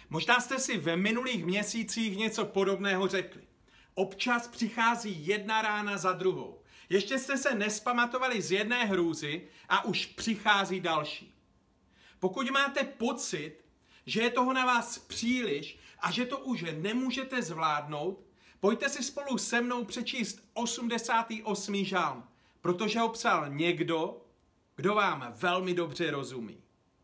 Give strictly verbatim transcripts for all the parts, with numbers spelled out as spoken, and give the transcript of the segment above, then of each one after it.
Možná jste si v minulých měsících něco podobného řekli. Občas přichází jedna rána za druhou. Ještě jste se nespamatovali z jedné hrůzy a už přichází další. Pokud máte pocit, že je toho na vás příliš a že to už nemůžete zvládnout, pojďte si spolu se mnou přečíst osmdesátý osmý žalm, protože ho psal někdo, kdo vám velmi dobře rozumí.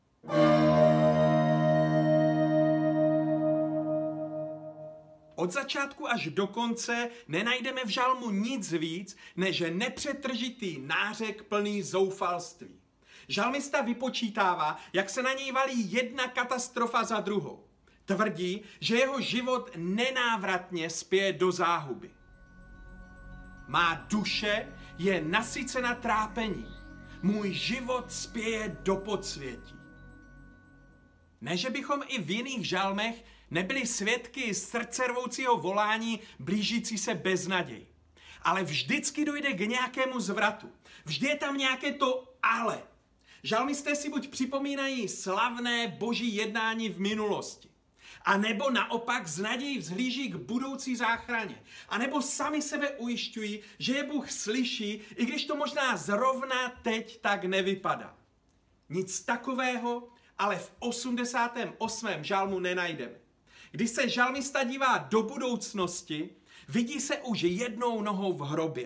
Od začátku až do konce nenajdeme v žalmu nic víc, než nepřetržitý nářek plný zoufalství. Žalmista vypočítává, jak se na něj valí jedna katastrofa za druhou. Tvrdí, že jeho život nenávratně spěje do záhuby. Má duše je nasycena trápením. Můj život spěje do podsvětí. Ne, že bychom i v jiných žalmech nebyli svědky srdcervoucího volání blížící se beznaději. Ale vždycky dojde k nějakému zvratu. Vždy je tam nějaké to ale. Žalmisté si buď připomínají slavné boží jednání v minulosti, a nebo naopak s nadějí vzhlíží k budoucí záchraně, a nebo sami sebe ujišťují, že je Bůh slyší, i když to možná zrovna teď tak nevypadá. Nic takového ale v osmdesátém osmém žalmu nenajdeme. Když se žalmista dívá do budoucnosti, vidí se už jednou nohou v hrobě.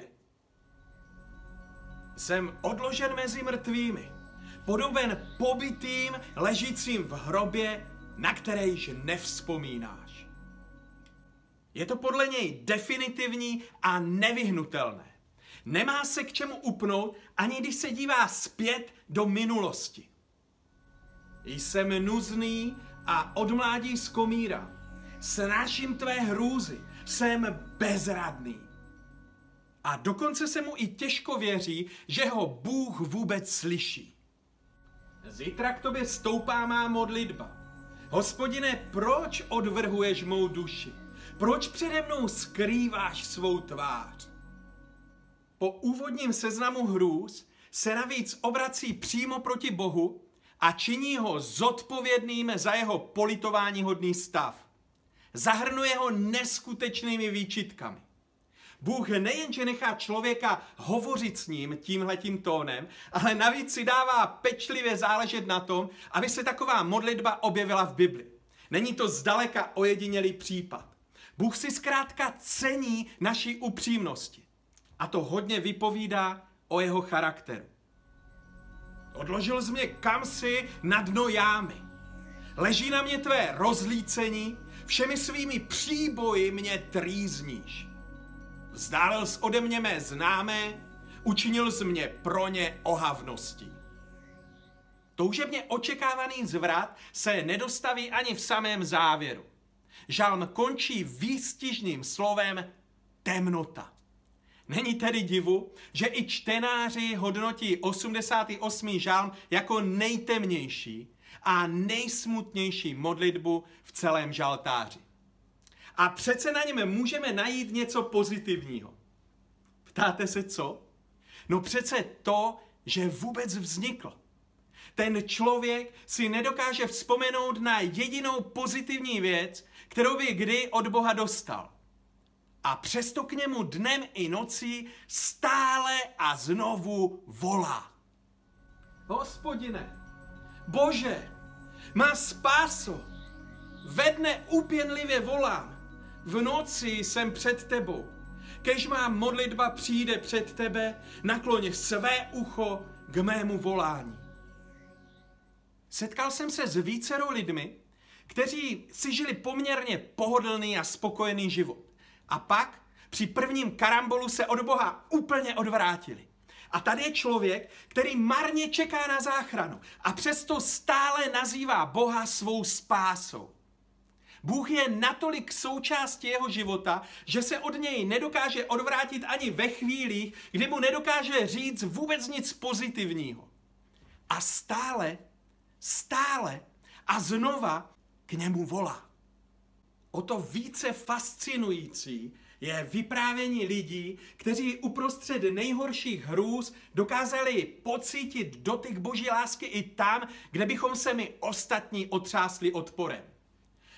Jsem odložen mezi mrtvými, podoben pobytým ležícím v hrobě, na které již nevzpomínáš. Je to podle něj definitivní a nevyhnutelné. Nemá se k čemu upnout, ani když se dívá zpět do minulosti. Jsem nuzný a od mládí skomírám. Snáším tvé hrůzy, jsem bezradný. A dokonce se mu i těžko věří, že ho Bůh vůbec slyší. Zítra k tobě stoupá má modlitba. Hospodine, proč odvrhuješ mou duši? Proč přede mnou skrýváš svou tvář? Po úvodním seznamu hrůz se navíc obrací přímo proti Bohu a činí ho zodpovědným za jeho politováníhodný stav. Zahrnuje ho neskutečnými výčitkami. Bůh nejenže nechá člověka hovořit s ním tímhletím tónem, ale navíc si dává pečlivě záležet na tom, aby se taková modlitba objevila v Bibli. Není to zdaleka ojedinělý případ. Bůh si zkrátka cení naší upřímnosti. A to hodně vypovídá o jeho charakteru. Odložil jsi mě kamsi na dno jámy. Leží na mě tvé rozlícení, všemi svými příboji mě trýzníš. Vzdálil jsi ode mě mé známé, učinil jsi mě pro ně ohavností. Toužebně očekávaný zvrat se nedostaví ani v samém závěru. Žalm končí výstižným slovem temnota. Není tedy divu, že i čtenáři hodnotí osmdesátý osmý žalm jako nejtemnější a nejsmutnější modlitbu v celém žaltáři. A přece na něm můžeme najít něco pozitivního. Ptáte se co? No přece to, že vůbec vznikl. Ten člověk si nedokáže vzpomenout na jedinou pozitivní věc, kterou by kdy od Boha dostal. A přesto k němu dnem i nocí stále a znovu volá. Hospodine, Bože, má spáso, ve dne úpěnlivě volám, v noci jsem před tebou. Kež má modlitba přijde před tebe, nakloň své ucho k mému volání. Setkal jsem se s vícerou lidmi, kteří si žili poměrně pohodlný a spokojený život. A pak při prvním karambolu se od Boha úplně odvrátili. A tady je člověk, který marně čeká na záchranu a přesto stále nazývá Boha svou spásou. Bůh je natolik součástí jeho života, že se od něj nedokáže odvrátit ani ve chvílích, kdy mu nedokáže říct vůbec nic pozitivního. A stále, stále a znova k němu volá. O to více fascinující je vyprávění lidí, kteří uprostřed nejhorších hrůz dokázali pocítit dotyk boží lásky i tam, kde bychom se my ostatní otřásli odporem.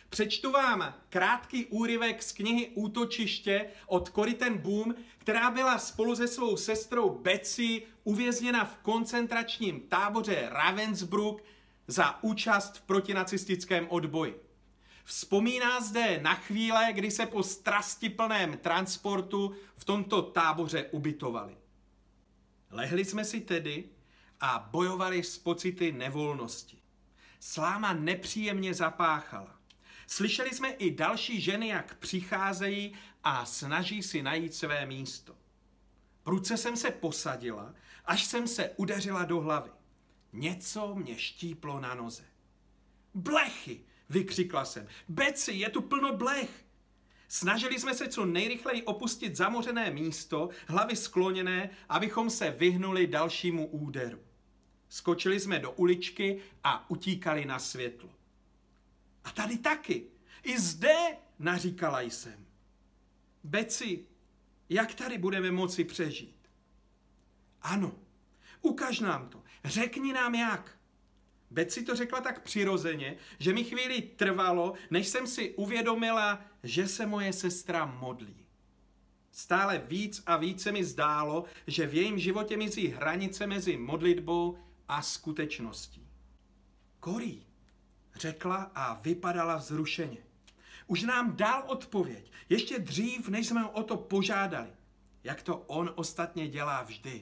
Přečtu vám krátký úryvek z knihy Útočiště od Corrie ten Boom, která byla spolu se svou sestrou Betsy uvězněna v koncentračním táboře Ravensbrück za účast v protinacistickém odboji. Vzpomíná zde na chvíle, kdy se po strastiplném transportu v tomto táboře ubytovali. Lehli jsme si tedy a bojovali s pocity nevolnosti. Sláma nepříjemně zapáchala. Slyšeli jsme i další ženy, jak přicházejí a snaží si najít své místo. Prudce jsem se posadila, až jsem se udeřila do hlavy. Něco mě štíplo na noze. Blechy, vykřikla jsem. Betsy, je tu plno blech. Snažili jsme se co nejrychleji opustit zamořené místo, hlavy skloněné, abychom se vyhnuli dalšímu úderu. Skočili jsme do uličky a utíkali na světlo. A tady taky. I zde, naříkala jsem. Betsy, jak tady budeme moci přežít? Ano, ukaž nám to. Řekni nám jak. Betsy to řekla tak přirozeně, že mi chvíli trvalo, než jsem si uvědomila, že se moje sestra modlí. Stále víc a víc se mi zdálo, že v jejím životě mizí hranice mezi modlitbou a skutečností. Corrie, řekla a vypadala vzrušeně. Už nám dal odpověď, ještě dřív, než jsme ho o to požádali, jak to on ostatně dělá vždy.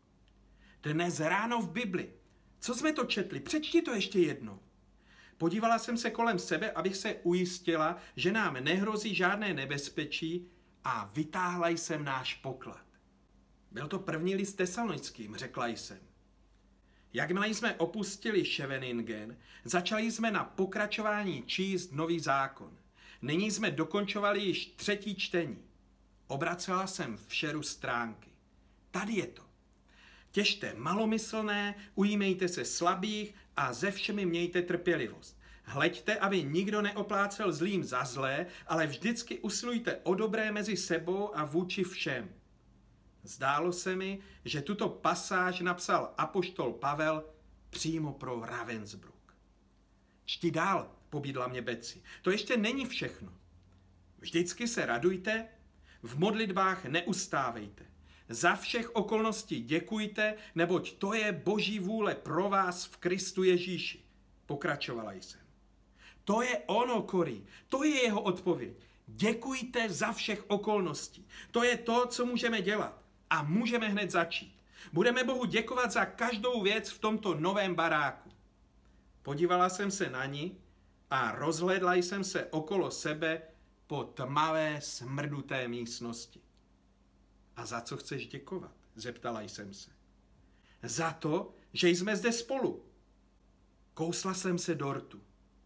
Dnes ráno v Bibli. Co jsme to četli? Přečti to ještě jednou. Podívala jsem se kolem sebe, abych se ujistila, že nám nehrozí žádné nebezpečí a vytáhla jsem náš poklad. Byl to první list Tesalonickým, řekla jsem. Jakmile jsme opustili Scheveningen, začali jsme na pokračování číst Nový zákon. Nyní jsme dokončovali již třetí čtení. Obracela jsem v šeru stránky. Tady je to. Těžte malomyslné, ujímejte se slabých a ze všemi mějte trpělivost. Hleďte, aby nikdo neoplácel zlým za zlé, ale vždycky usilujte o dobré mezi sebou a vůči všem. Zdálo se mi, že tuto pasáž napsal apoštol Pavel přímo pro Ravensbrück. Čti dál, pobídla mě Betsy. To ještě není všechno. Vždycky se radujte, v modlitbách neustávejte. Za všech okolností děkujte, neboť to je Boží vůle pro vás v Kristu Ježíši. Pokračovala jsem. To je ono, Corrie, to je jeho odpověď. Děkujte za všech okolností. To je to, co můžeme dělat. A můžeme hned začít. Budeme Bohu děkovat za každou věc v tomto novém baráku. Podívala jsem se na ní a rozhlédla jsem se okolo sebe po tmavé, smrduté místnosti. A za co chceš děkovat? Zeptala jsem se. Za to, že jsme zde spolu. Kousla jsem se do rtu.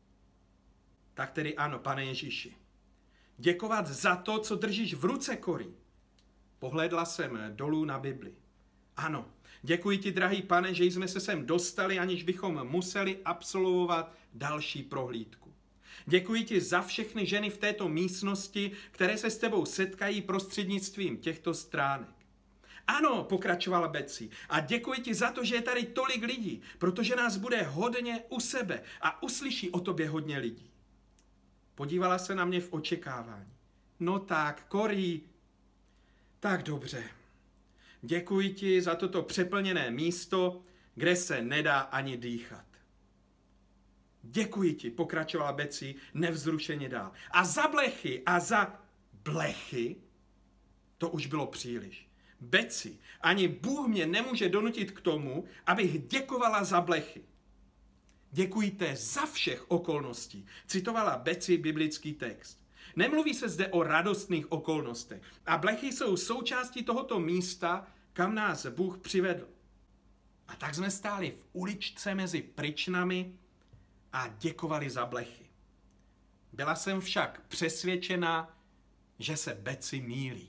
Tak tedy ano, Pane Ježíši. Děkovat za to, co držíš v ruce, Corrie. Pohlédla jsem dolů na Bibli. Ano, děkuji ti, drahý Pane, že jsme se sem dostali, aniž bychom museli absolvovat další prohlídku. Děkuji ti za všechny ženy v této místnosti, které se s tebou setkají prostřednictvím těchto stránek. Ano, pokračovala Betsy, a děkuji ti za to, že je tady tolik lidí, protože nás bude hodně u sebe a uslyší o tobě hodně lidí. Podívala se na mě v očekávání. No tak, Corrie. Tak dobře. Děkuji ti za toto přeplněné místo, kde se nedá ani dýchat. Děkuji ti, pokračovala Betsy nevzrušeně dál. A za blechy, a za blechy, to už bylo příliš. Betsy, ani Bůh mě nemůže donutit k tomu, abych děkovala za blechy. Děkujte za všech okolností, citovala Betsy biblický text. Nemluví se zde o radostných okolnostech. A blechy jsou součástí tohoto místa, kam nás Bůh přivedl. A tak jsme stáli v uličce mezi pryčnami a děkovali za blechy. Byla jsem však přesvědčena, že se Betsy mýlí.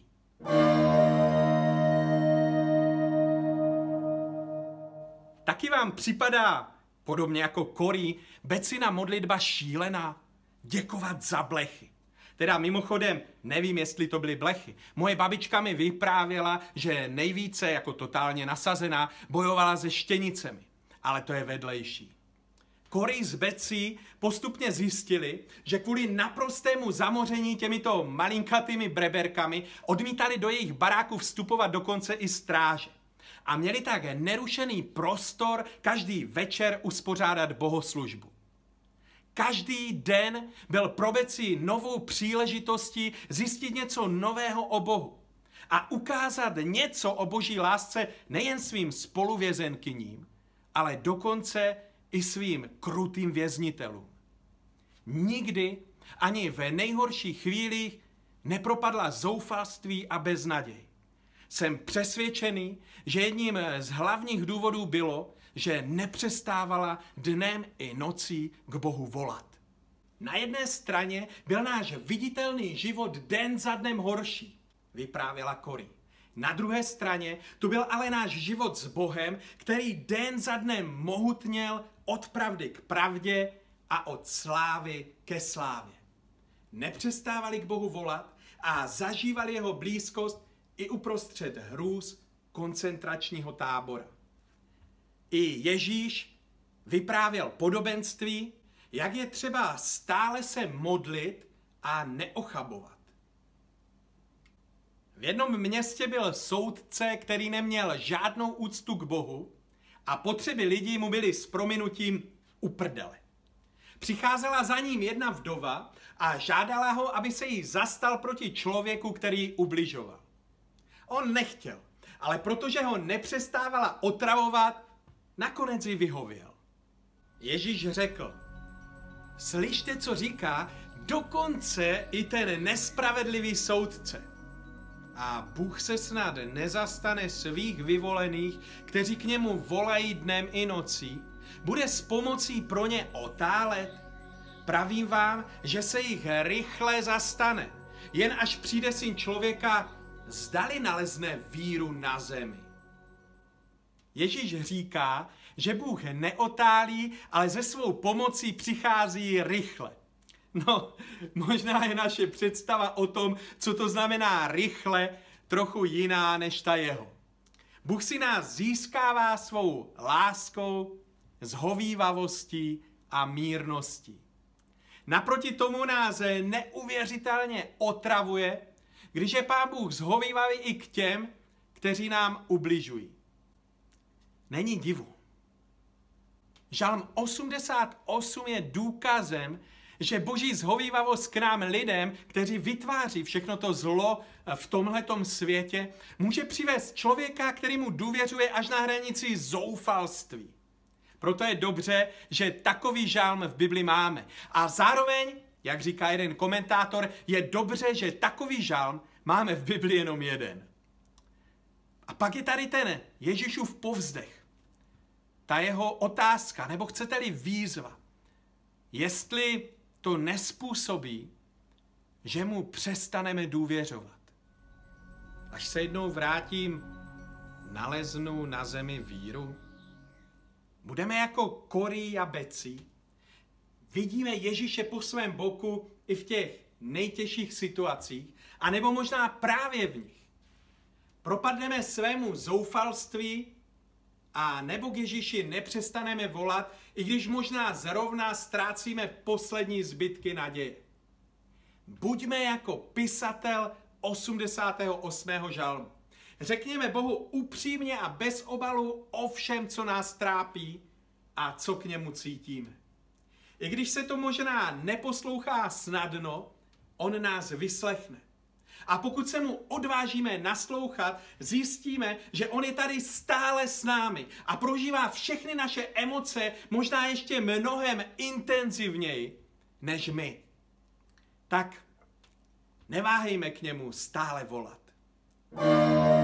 Taky vám připadá, podobně jako Corrie, Betsyna modlitba šílená? Děkovat za blechy. Teda mimochodem, nevím, jestli to byly blechy. Moje babička mi vyprávěla, že nejvíce jako totálně nasazená bojovala se štěnicemi. Ale to je vedlejší. Cory s Betsy postupně zjistili, že kvůli naprostému zamoření těmito malinkatými breberkami odmítali do jejich baráků vstupovat dokonce i stráže. A měli tak nerušený prostor každý večer uspořádat bohoslužbu. Každý den byl pro Betsy novou příležitostí zjistit něco nového o Bohu a ukázat něco o boží lásce nejen svým spoluvězenkyním, ale dokonce i svým krutým věznitelům. Nikdy ani v nejhorších chvílích nepropadla zoufalství a beznaděj. Jsem přesvědčený, že jedním z hlavních důvodů bylo, že nepřestávala dnem i nocí k Bohu volat. Na jedné straně byl náš viditelný život den za dnem horší, vyprávěla Cory. Na druhé straně tu byl ale náš život s Bohem, který den za dnem mohutněl od pravdy k pravdě a od slávy ke slávě. Nepřestávali k Bohu volat a zažívali jeho blízkost i uprostřed hrůz koncentračního tábora. I Ježíš vyprávěl podobenství, jak je třeba stále se modlit a neochabovat. V jednom městě byl soudce, který neměl žádnou úctu k Bohu a potřeby lidí mu byly s prominutím u prdele. Přicházela za ním jedna vdova a žádala ho, aby se jí zastal proti člověku, který jí ubližoval. On nechtěl, ale protože ho nepřestávala otravovat, nakonec jí vyhověl. Ježíš řekl: slyšte, co říká dokonce i ten nespravedlivý soudce. A Bůh se snad nezastane svých vyvolených, kteří k němu volají dnem i nocí, bude s pomocí pro ně otálet? Pravím vám, že se jich rychle zastane, jen až přijde Syn člověka, zdali nalezne víru na zemi. Ježíš říká, že Bůh neotálí, ale ze svou pomocí přichází rychle. No, možná je naše představa o tom, co to znamená rychle, trochu jiná než ta jeho. Bůh si nás získává svou láskou, zhovívavostí a mírností. Naproti tomu nás neuvěřitelně otravuje, když je Pán Bůh zhovívavý i k těm, kteří nám ubližují. Není divu. Žalm osmdesát osm je důkazem, že boží zhovívavost k nám lidem, kteří vytváří všechno to zlo v tomhletom světě, může přivést člověka, který mu důvěřuje až na hranici zoufalství. Proto je dobře, že takový žalm v Bibli máme. A zároveň, jak říká jeden komentátor, je dobře, že takový žalm máme v Bibli jenom jeden. A pak je tady ten Ježíšův povzdech. Ta jeho otázka, nebo chcete-li výzva. Jestli to nespůsobí, že mu přestaneme důvěřovat. Až se jednou vrátím, naleznu na zemi víru. Budeme jako Cory a Betsy. Vidíme Ježíše po svém boku i v těch nejtěžších situacích, anebo možná právě v nich. Propadneme svému zoufalství a nebo k Ježíši nepřestaneme volat, i když možná zrovna ztrácíme poslední zbytky naděje. Buďme jako pisatel osmdesátého osmého žalmu. Řekněme Bohu upřímně a bez obalu o všem, co nás trápí a co k němu cítíme. I když se to možná neposlouchá snadno, on nás vyslechne. A pokud se mu odvážíme naslouchat, zjistíme, že on je tady stále s námi a prožívá všechny naše emoce možná ještě mnohem intenzivněji než my. Tak neváhejme k němu stále volat.